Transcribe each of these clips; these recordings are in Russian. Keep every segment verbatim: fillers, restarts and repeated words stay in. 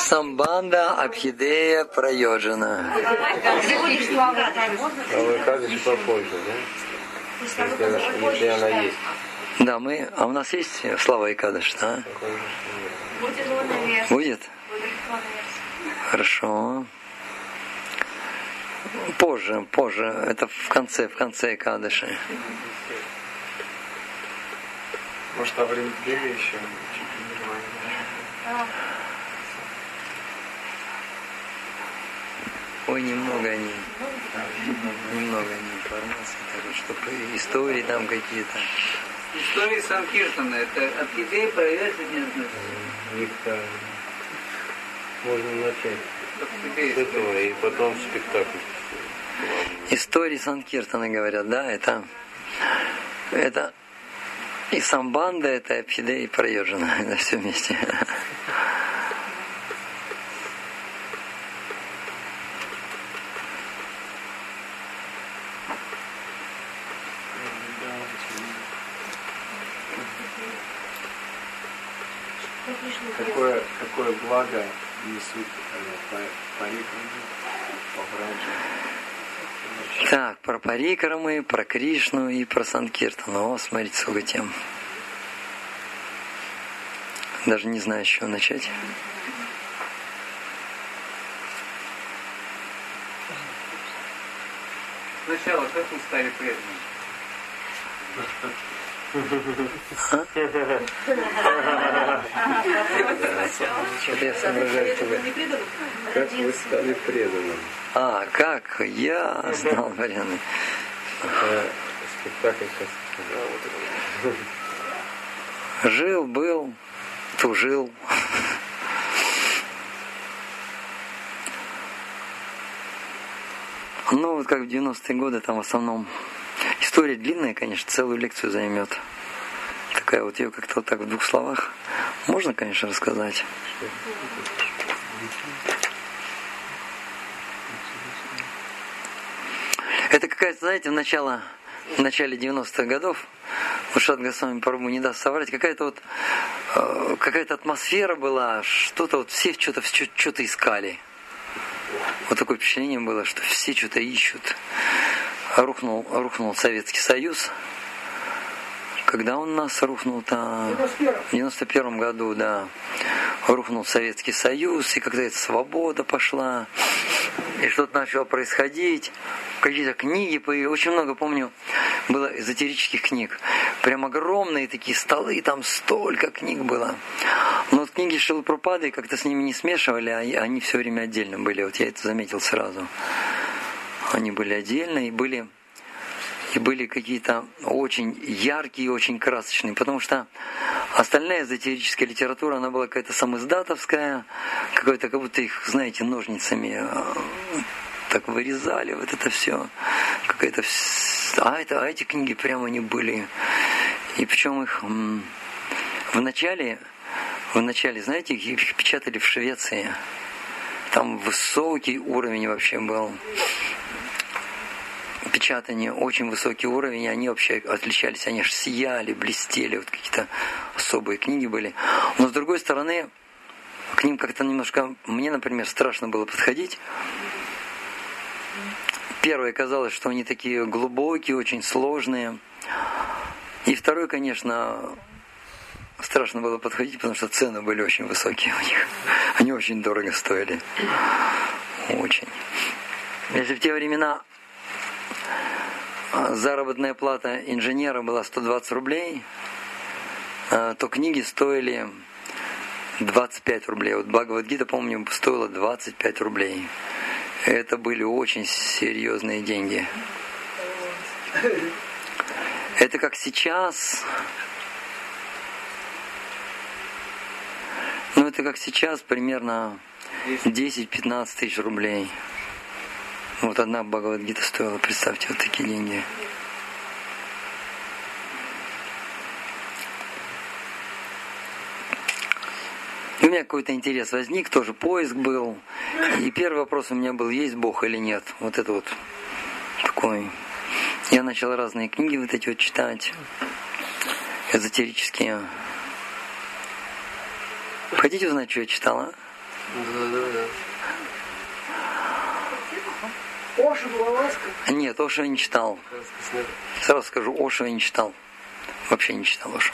Самбанда Абхидея Прайоджана. А вы как же попозже, да? Если, если она есть. Да, мы. А у нас есть Слава Экадыш, да? Будет? Хорошо. Позже, позже. Это в конце, в конце Экадыши. Может, а в Рингеме еще чуть нормально. Ой, немного они, немного они информации, так, что истории там какие-то. Истории Санкиртана, это от идеи проверки не относится. Их-то можно начать с этого и потом спектакль. Истории Санкиртана говорят, да, это, это и Самбанда, это Абхидея и Прайоджана, это все вместе. Какое, какое благо несут парикрамы по Браджу? Так, про парикрамы, про Кришну и про Санкиртану. О, смотрите, сколько тем. Даже не знаю, с чего начать. Сначала, как вы стали преданным? Что-то я соображаю, что вы... Как вы стали преданным? А, как? Я стал преданным. Спектакль сейчас. Жил, был, тужил. Ну, вот как в девяностые годы, там в основном история длинная, конечно, целую лекцию займет. Такая вот ее как-то вот так в двух словах можно, конечно, рассказать. Это какая-то, знаете, в начало, в начале девяностых годов, Ушат Госвами Прабху не даст соврать, какая-то вот э, какая-то атмосфера была, что-то вот все что-то что-то искали. Вот такое впечатление было, что все что-то ищут. Рухнул, рухнул Советский Союз. Когда он у нас рухнул-то? В девяносто первом году, да. Рухнул Советский Союз, и когда эта свобода пошла, и что-то начало происходить. Какие-то книги появились. Очень много, помню, было эзотерических книг. Прям огромные такие столы, там столько книг было. Но вот книги Шрилы Прабхупады как-то с ними не смешивали, а они все время отдельно были. Вот я это заметил сразу. Они были отдельно и были... И были какие-то очень яркие и очень красочные, потому что остальная эзотерическая литература, она была какая-то самиздатовская, какой-то, как будто их, знаете, ножницами так вырезали, вот это все. Какая-то... А, это, а эти книги прямо они были. И причем их в начале, в начале, знаете, их печатали в Швеции. Там высокий уровень вообще был. Печатание, очень высокий уровень, они вообще отличались, они аж сияли, блестели, вот какие-то особые книги были. Но с другой стороны, к ним как-то немножко, мне, например, страшно было подходить. Первое, казалось, что они такие глубокие, очень сложные. И второе, конечно, страшно было подходить, потому что цены были очень высокие у них. Они очень дорого стоили. Очень. Если в те времена заработная плата инженера была сто двадцать рублей, то книги стоили двадцать пять рублей. Вот Бхагавад-гита, помню, стоила двадцать пять рублей. Это были очень серьезные деньги. Это как сейчас... Ну, это как сейчас примерно десять-пятнадцать тысяч рублей. Вот одна Бхагавад-гита стоила, представьте, вот такие деньги. И у меня какой-то интерес возник, тоже поиск был. И первый вопрос у меня был, есть Бог или нет. Вот это вот такой. Я начал разные книги вот эти вот читать, эзотерические. Хотите узнать, что я читала? Да-да-да. Оша была ласка. Нет, Ошу я не читал. Краска снега. Сразу скажу, Ошу я не читал. Вообще не читал Ошу.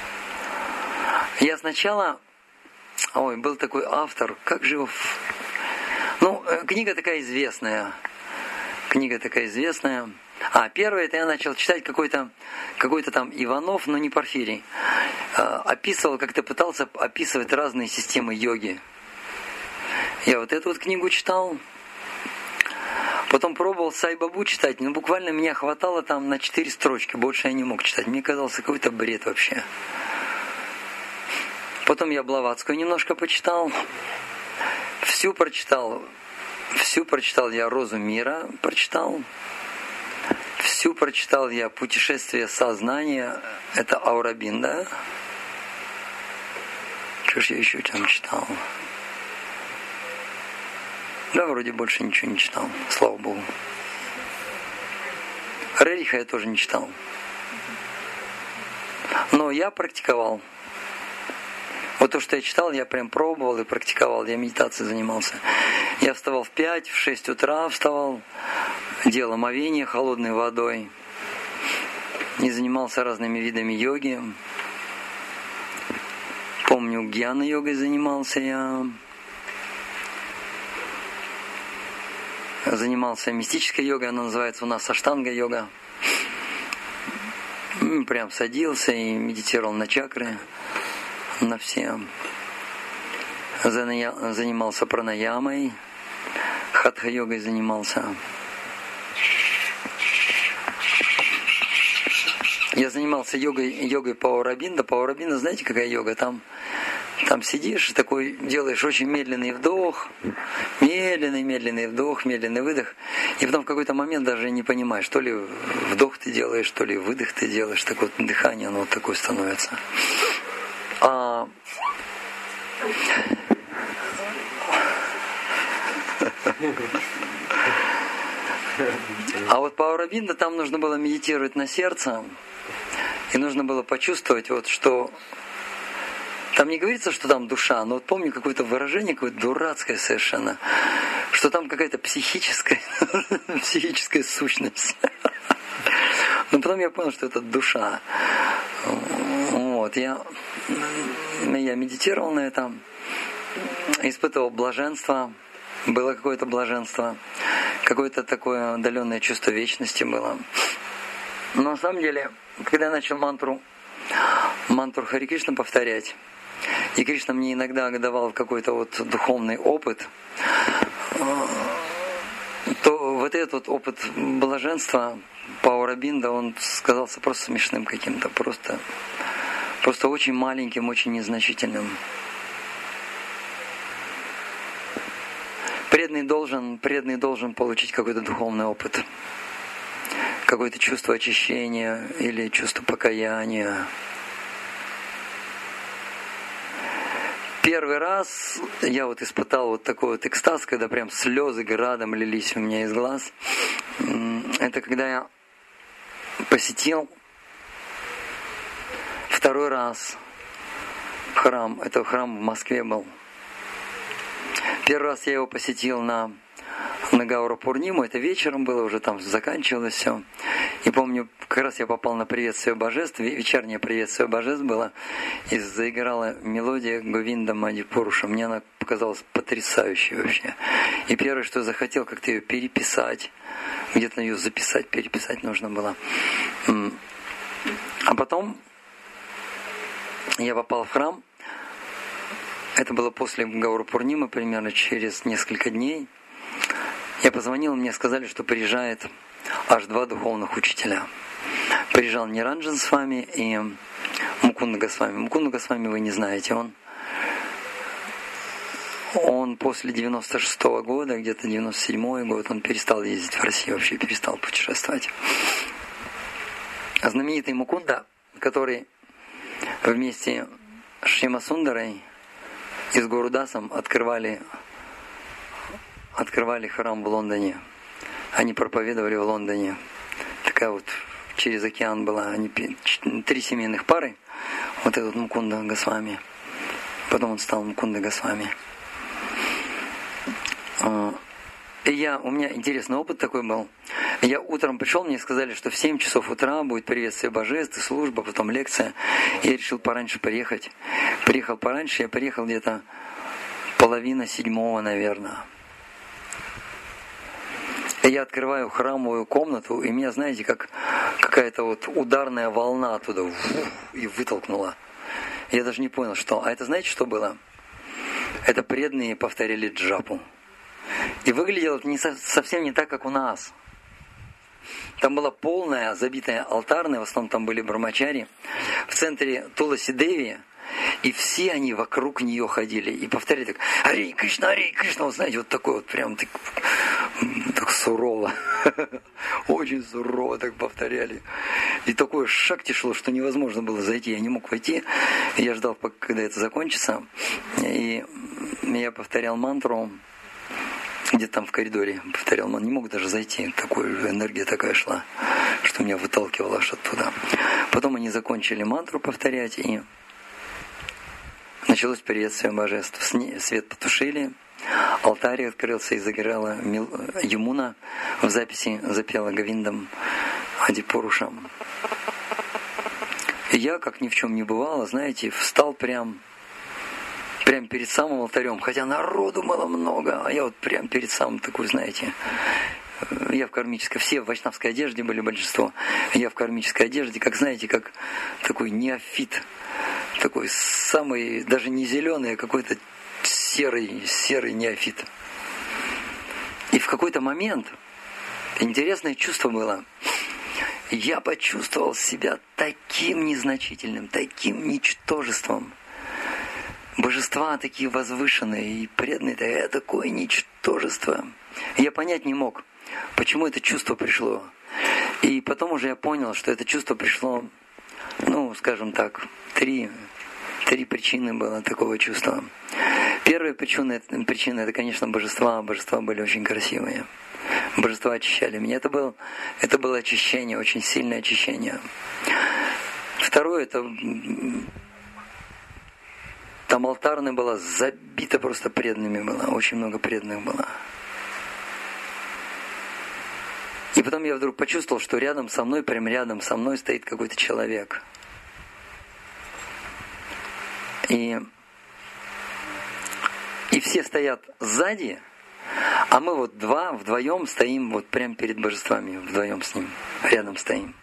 Я сначала... Ой, был такой автор, как же его... Ну, книга такая известная. Книга такая известная. А, первое, это я начал читать какой-то, какой-то там Иванов, но не Порфирий. Описывал, как-то пытался описывать разные системы йоги. Я вот эту вот книгу читал. Потом пробовал Сай-Бабу читать, но буквально меня хватало там на четыре строчки. Больше я не мог читать. Мне казался какой-то бред вообще. Потом я Блаватскую немножко почитал. Всю прочитал. Всю прочитал я «Розу мира», прочитал. Всю прочитал я «Путешествие сознания». Это Аурабинда. Что ж я еще там читал? Да, вроде больше ничего не читал. Слава Богу. Рериха я тоже не читал. Но я практиковал. Вот то, что я читал, я прям пробовал и практиковал. Я медитацией занимался. Я вставал в пять, в шесть утра вставал. Делал омовение холодной водой. И занимался разными видами йоги. Помню, гьяна-йогой занимался я. Занимался мистической йогой. Она называется у нас аштанга-йога. Прям садился и медитировал на чакры. На все. Занимался пранаямой, хатха-йогой занимался. Я занимался йогой, йогой по Аурабинда. По Аурабинда, знаете, какая йога? Там, там сидишь, такой делаешь очень медленный вдох, медленный, медленный вдох, медленный выдох. И потом в какой-то момент даже не понимаешь, то ли вдох ты делаешь, то ли выдох ты делаешь. Так вот дыхание, оно вот такое становится. А... а вот по Аурабинда там нужно было медитировать на сердце, и нужно было почувствовать, вот, что там не говорится, что там душа, но вот помню какое-то выражение, какое-то дурацкое совершенно, что там какая-то психическая, психическая сущность. Но потом я понял, что это душа. Вот, я, я медитировал на этом, испытывал блаженство, было какое-то блаженство, какое-то такое отдаленное чувство вечности было. Но на самом деле, когда я начал мантру, мантру Хари Кришна повторять, и Кришна мне иногда давал какой-то вот духовный опыт, то вот этот вот опыт блаженства по Аурабинда, он казался просто смешным каким-то, просто, просто очень маленьким, очень незначительным. Преданный должен, преданный должен получить какой-то духовный опыт, какое-то чувство очищения или чувство покаяния. Первый раз я вот испытал вот такой вот экстаз, когда прям слезы градом лились у меня из глаз. Это когда я посетил второй раз храм. Это храм в Москве был. Первый раз я его посетил на, на Гаура Пурниму. Это вечером было, уже там заканчивалось все. И помню, как раз я попал на приветствие божеств. Вечернее приветствие божеств было. И заиграла мелодия Говинда Мадипуруша. Мне она показалась потрясающей вообще. И первое, что я захотел, как-то ее переписать. Где-то ее записать, переписать нужно было. А потом я попал в храм. Это было после Гаура Пурнимы, примерно через несколько дней. Я позвонил, мне сказали, что приезжает аж два духовных учителя. Приезжал Ниранджан с вами и Мукунда Госвами. Мукунда Госвами вы не знаете, он он после девяносто шестого года, где-то девяносто седьмой год, он перестал ездить в Россию, вообще перестал путешествовать. А знаменитый Мукунда, который вместе с Шьямасундарой и с Гурудасом открывали, открывали храм в Лондоне. Они проповедовали в Лондоне. Такая вот через океан была. Они, три семейных пары. Вот этот Мукунда Госвами. Потом он стал Мукунда Госвами. И я, у меня интересный опыт такой был. Я утром пришел, мне сказали, что в семь часов утра будет приветствие божеств, служба, потом лекция. Я решил пораньше приехать. Приехал пораньше, я приехал где-то половина седьмого, наверное. И я открываю храмовую комнату, и меня, знаете, как какая-то вот ударная волна оттуда вух, и вытолкнула. Я даже не понял, что. А это знаете, что было? Это преданные повторяли джапу. И выглядело это не со, совсем не так, как у нас. Там была полная, забитая алтарная, в основном там были брамачари, в центре Туласи Деви, и все они вокруг нее ходили и повторяли так: «Ари Кришна, Ари Кришна», вот знаете, вот такой вот прям так, так сурово, очень сурово так повторяли. И такое шакти шло, что невозможно было зайти, я не мог войти. Я ждал, когда это закончится, и я повторял мантру. Где-то там в коридоре повторял, но не мог даже зайти. Такая энергия такая шла, что меня выталкивало аж оттуда. Потом они закончили мантру повторять, и началось приветствие божеств. Свет потушили, алтарь открылся, и загорала Юмуна. В записи запела Говиндам Адипурушам. И я, как ни в чем не бывало, знаете, встал прям... Прямо перед самым алтарем, хотя народу было много, а я вот прям перед самым такой, знаете, я в кармической, все в вайшнавской одежде были большинство, я в кармической одежде, как знаете, как такой неофит, такой самый, даже не зеленый, а какой-то серый, серый неофит. И в какой-то момент интересное чувство было. Я почувствовал себя таким незначительным, таким ничтожеством. Божества такие возвышенные и преданные, это такое ничтожество. Я понять не мог, почему это чувство пришло. И потом уже я понял, что это чувство пришло, ну, скажем так, три, три причины было такого чувства. Первая причина, причина это, конечно, божества. Божества были очень красивые. Божества очищали меня. Это, был, это было очищение, очень сильное очищение. Второе, это... Там алтарная была забита просто преданными была. Очень много преданных было. И потом я вдруг почувствовал, что рядом со мной, прям рядом со мной стоит какой-то человек. И, и все стоят сзади, а мы вот два, вдвоем стоим вот прям перед божествами, вдвоем с ним, рядом стоим.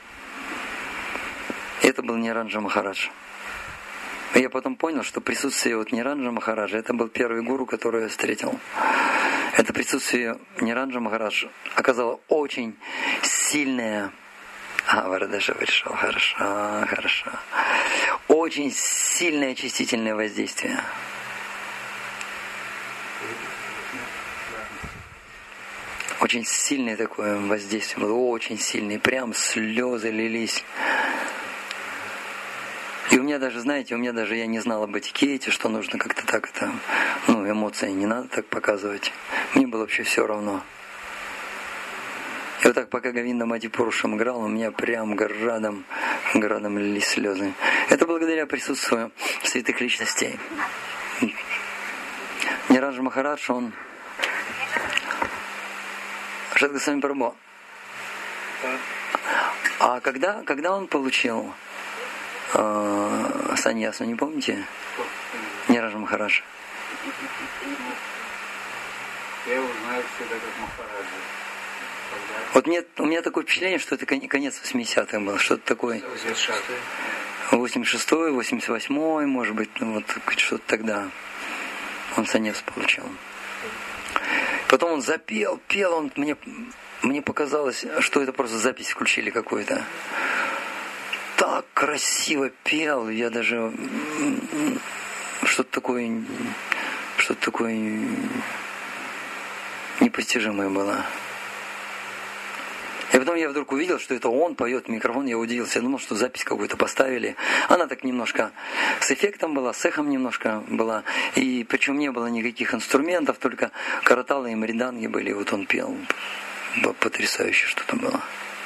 И это был Ниранджа Махарадж. И я потом понял, что присутствие вот Ниранджа Махараджа, это был первый гуру, который я встретил. Это присутствие Ниранджа Махараджа оказало очень сильное... А, Варадаша пришел, хорошо, хорошо. Очень сильное очистительное воздействие. Очень сильное такое воздействие было, очень сильное, прям слезы лились. И у меня даже, знаете, у меня даже, я не знал об этикете, что нужно как-то так это, ну, эмоции не надо так показывать. Мне было вообще все равно. И вот так, пока Говинда Адипурушам играл, у меня прям градом, градом лились слезы. Это благодаря присутствию святых личностей. Ниранджа Махарадж, он... Шри Госвами Прабху. А когда, когда он получил... саньясу, не помните? Ниранджа Махарадж. Я его знаю всегда как Махараджа. Вот мне, у меня такое впечатление, что это конец восьмидесятых был, что-то такое. восемьдесят шестой, восемьдесят восьмой, может быть, ну вот что-то тогда он саньясу получил. Потом он запел, пел, он мне, мне показалось, что это просто запись включили какую-то. Так красиво пел, я даже что-то такое, что-то такое непостижимое было. И потом я вдруг увидел, что это он поет в микрофон, я удивился, я думал, что запись какую-то поставили. Она так немножко с эффектом была, с эхом немножко была, и причем не было никаких инструментов, только караталы и мриданги были, и вот он пел, потрясающе что-то было.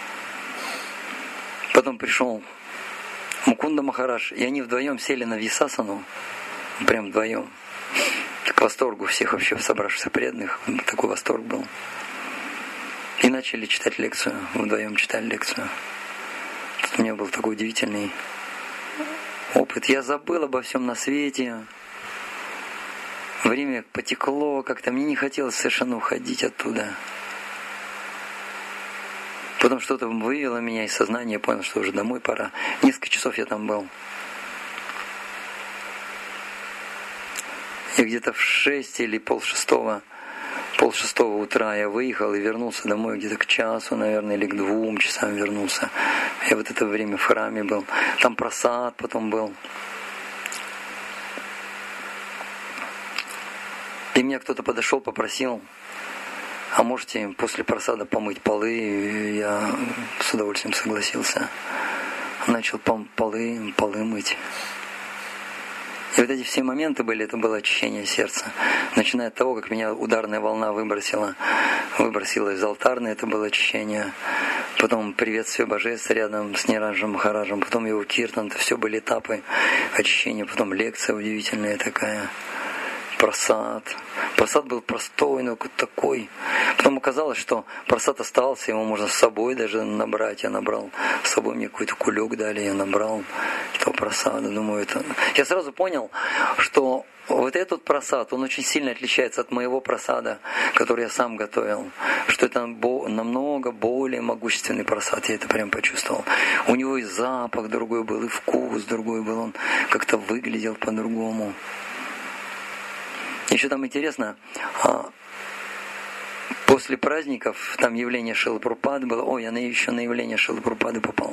Потом пришел Мукунда Махарадж, и они вдвоем сели на висасану, прям вдвоем. к восторгу всех вообще собравшихся преданных. Такой восторг был. И начали читать лекцию, вдвоем читали лекцию. Тут у меня был такой удивительный опыт. Я забыл обо всем на свете. Время потекло, как-то мне не хотелось совершенно уходить оттуда. Потом что-то вывело меня из сознания, я понял, что уже домой пора. Несколько часов я там был. И где-то в шесть или полшестого, полшестого утра я выехал и вернулся домой где-то к часу, наверное, или к двум часам вернулся. Я вот это время в храме был. Там просад потом был. И мне кто-то подошел, попросил, а можете после просада помыть полы? И я с удовольствием согласился. Начал полы, полы мыть. И вот эти все моменты были, это было очищение сердца. Начиная от того, как меня ударная волна выбросила, выбросила из алтарной, это было очищение. Потом приветствие божества рядом с Нираджем Махараджем, потом его киртан, это все были этапы очищения. Потом лекция удивительная такая. Просад. Просад был простой, но какой-то такой. Потом оказалось, что просад остался, его можно с собой даже набрать. Я набрал с собой, мне какой-то кулек дали, я набрал этого просада. Думаю, это... Я сразу понял, что вот этот просад, он очень сильно отличается от моего просада, который я сам готовил. Что это намного более могущественный просад, я это прям почувствовал. У него и запах другой был, и вкус другой был, он как-то выглядел по-другому. Еще там интересно, после праздников там явление Шрилы Прабхупады было. Ой, я еще на явление Шрилы Прабхупады попал.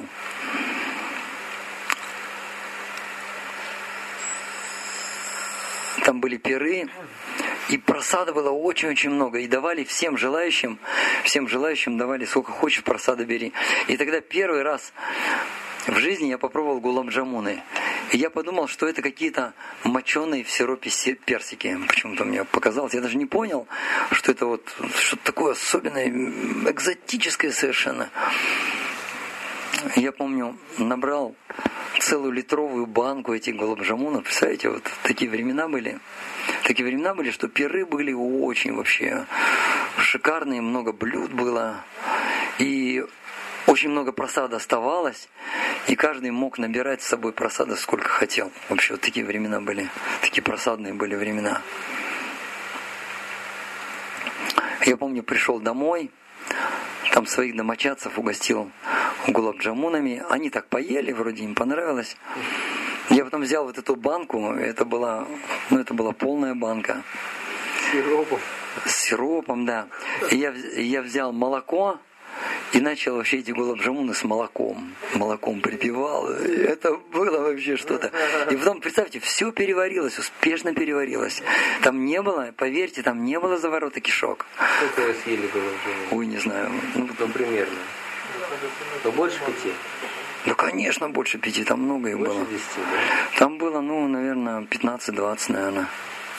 Там были пиры, и просада было очень-очень много. И давали всем желающим, всем желающим давали сколько хочешь, просада бери. И тогда первый раз в жизни я попробовал гулаб-джамуны. И я подумал, что это какие-то моченые в сиропе персики. Почему-то мне показалось. Я даже не понял, что это вот что-то такое особенное, экзотическое совершенно. Я помню, набрал целую литровую банку этих гулаб-джамунов. Представляете, вот такие времена были. Такие времена были, что пиры были очень вообще шикарные, много блюд было. И очень много просада оставалось, и каждый мог набирать с собой просада сколько хотел. Вообще вот такие времена были, такие просадные были времена. Я помню, пришел домой, там своих домочадцев угостил гулаб-джамунами. Они так поели, вроде им понравилось. Я потом взял вот эту банку, это была, ну, это была полная банка. Сиропом. С сиропом, да. И я, я взял молоко, и начал вообще эти гулаб-джамуны с молоком. Молоком припевал. Это было вообще что-то. И потом, представьте, все переварилось, успешно переварилось. Там не было, поверьте, там не было заворота кишок. Сколько вы съели гулаб-джамун? Ой, не знаю. Ну, ну примерно. Ну, больше пяти? Ну, конечно, больше пяти. Там много их больше было. десяти, да? Там было, ну, наверное, пятнадцать-двадцать, наверное.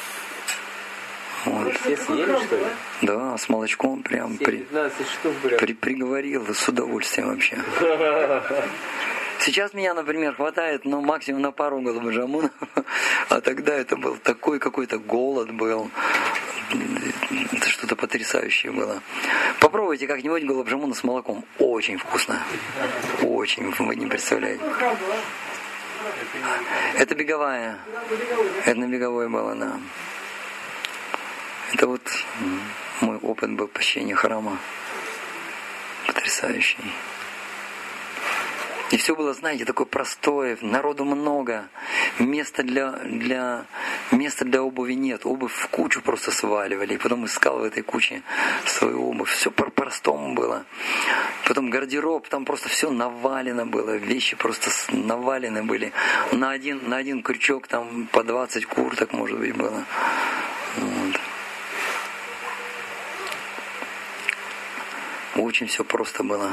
Вот. Все съели, что ли? Да, с молочком прям при, штук, при, приговорил с удовольствием вообще. Сейчас меня, например, хватает, ну, максимум на пару гулаб-джамунов, а тогда это был такой какой-то голод был. Это что-то потрясающее было. Попробуйте как-нибудь гулаб-джамуны с молоком. Очень вкусно. Очень, вы не представляете. Это беговая. Это на беговой было, да. Это вот мой опыт был посещения храма. Потрясающий. И все было, знаете, такое простое, народу много, места для, для, места для обуви нет, обувь в кучу просто сваливали, и потом искал в этой куче свою обувь, все по-простому было. Потом гардероб, там просто все навалено было, вещи просто навалены были, на один, на один крючок там по двадцать курток, может быть, было. Вот. Очень все просто было.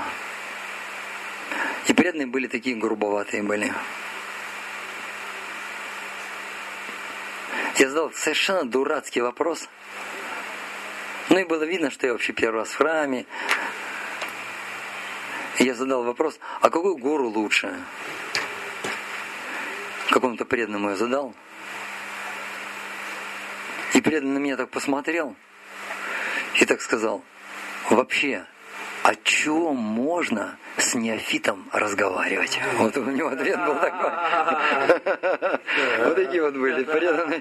И преданные были такие грубоватые были. Я задал совершенно дурацкий вопрос. Ну и было видно, что я вообще первый раз в храме. И я задал вопрос, а какой гуру лучше? Какому-то преданному я задал. И преданный на меня так посмотрел и так сказал: вообще, о чем можно с неофитом разговаривать? Вот у него ответ был такой. Вот такие вот были преданные.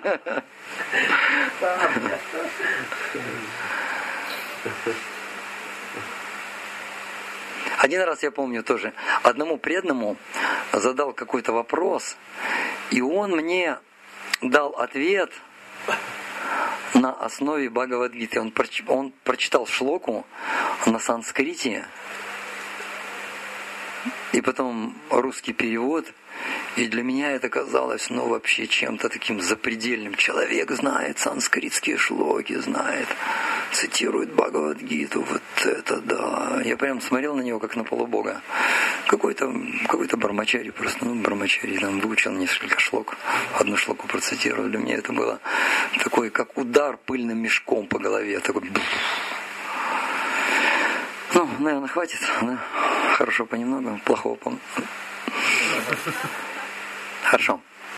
Один раз я помню тоже, одному преданному задал какой-то вопрос, и он мне дал ответ на основе Бхагавад-гиты. Он, проч... он прочитал шлоку на санскрите, и потом русский перевод, и для меня это казалось, ну, вообще чем-то таким запредельным. Человек знает санскритские шлоки, знает, цитирует Бхагавад-гиту, вот это да. Я прям смотрел на него, как на полубога. Какой-то, какой-то бармачари, просто, ну, бармачари, там, выучил несколько шлок, одну шлоку процитировал. Для меня это было такой, как удар пыльным мешком по голове, такой... Ну, наверное, хватит, да? Хорошо понемногу, плохого по... Хорошо.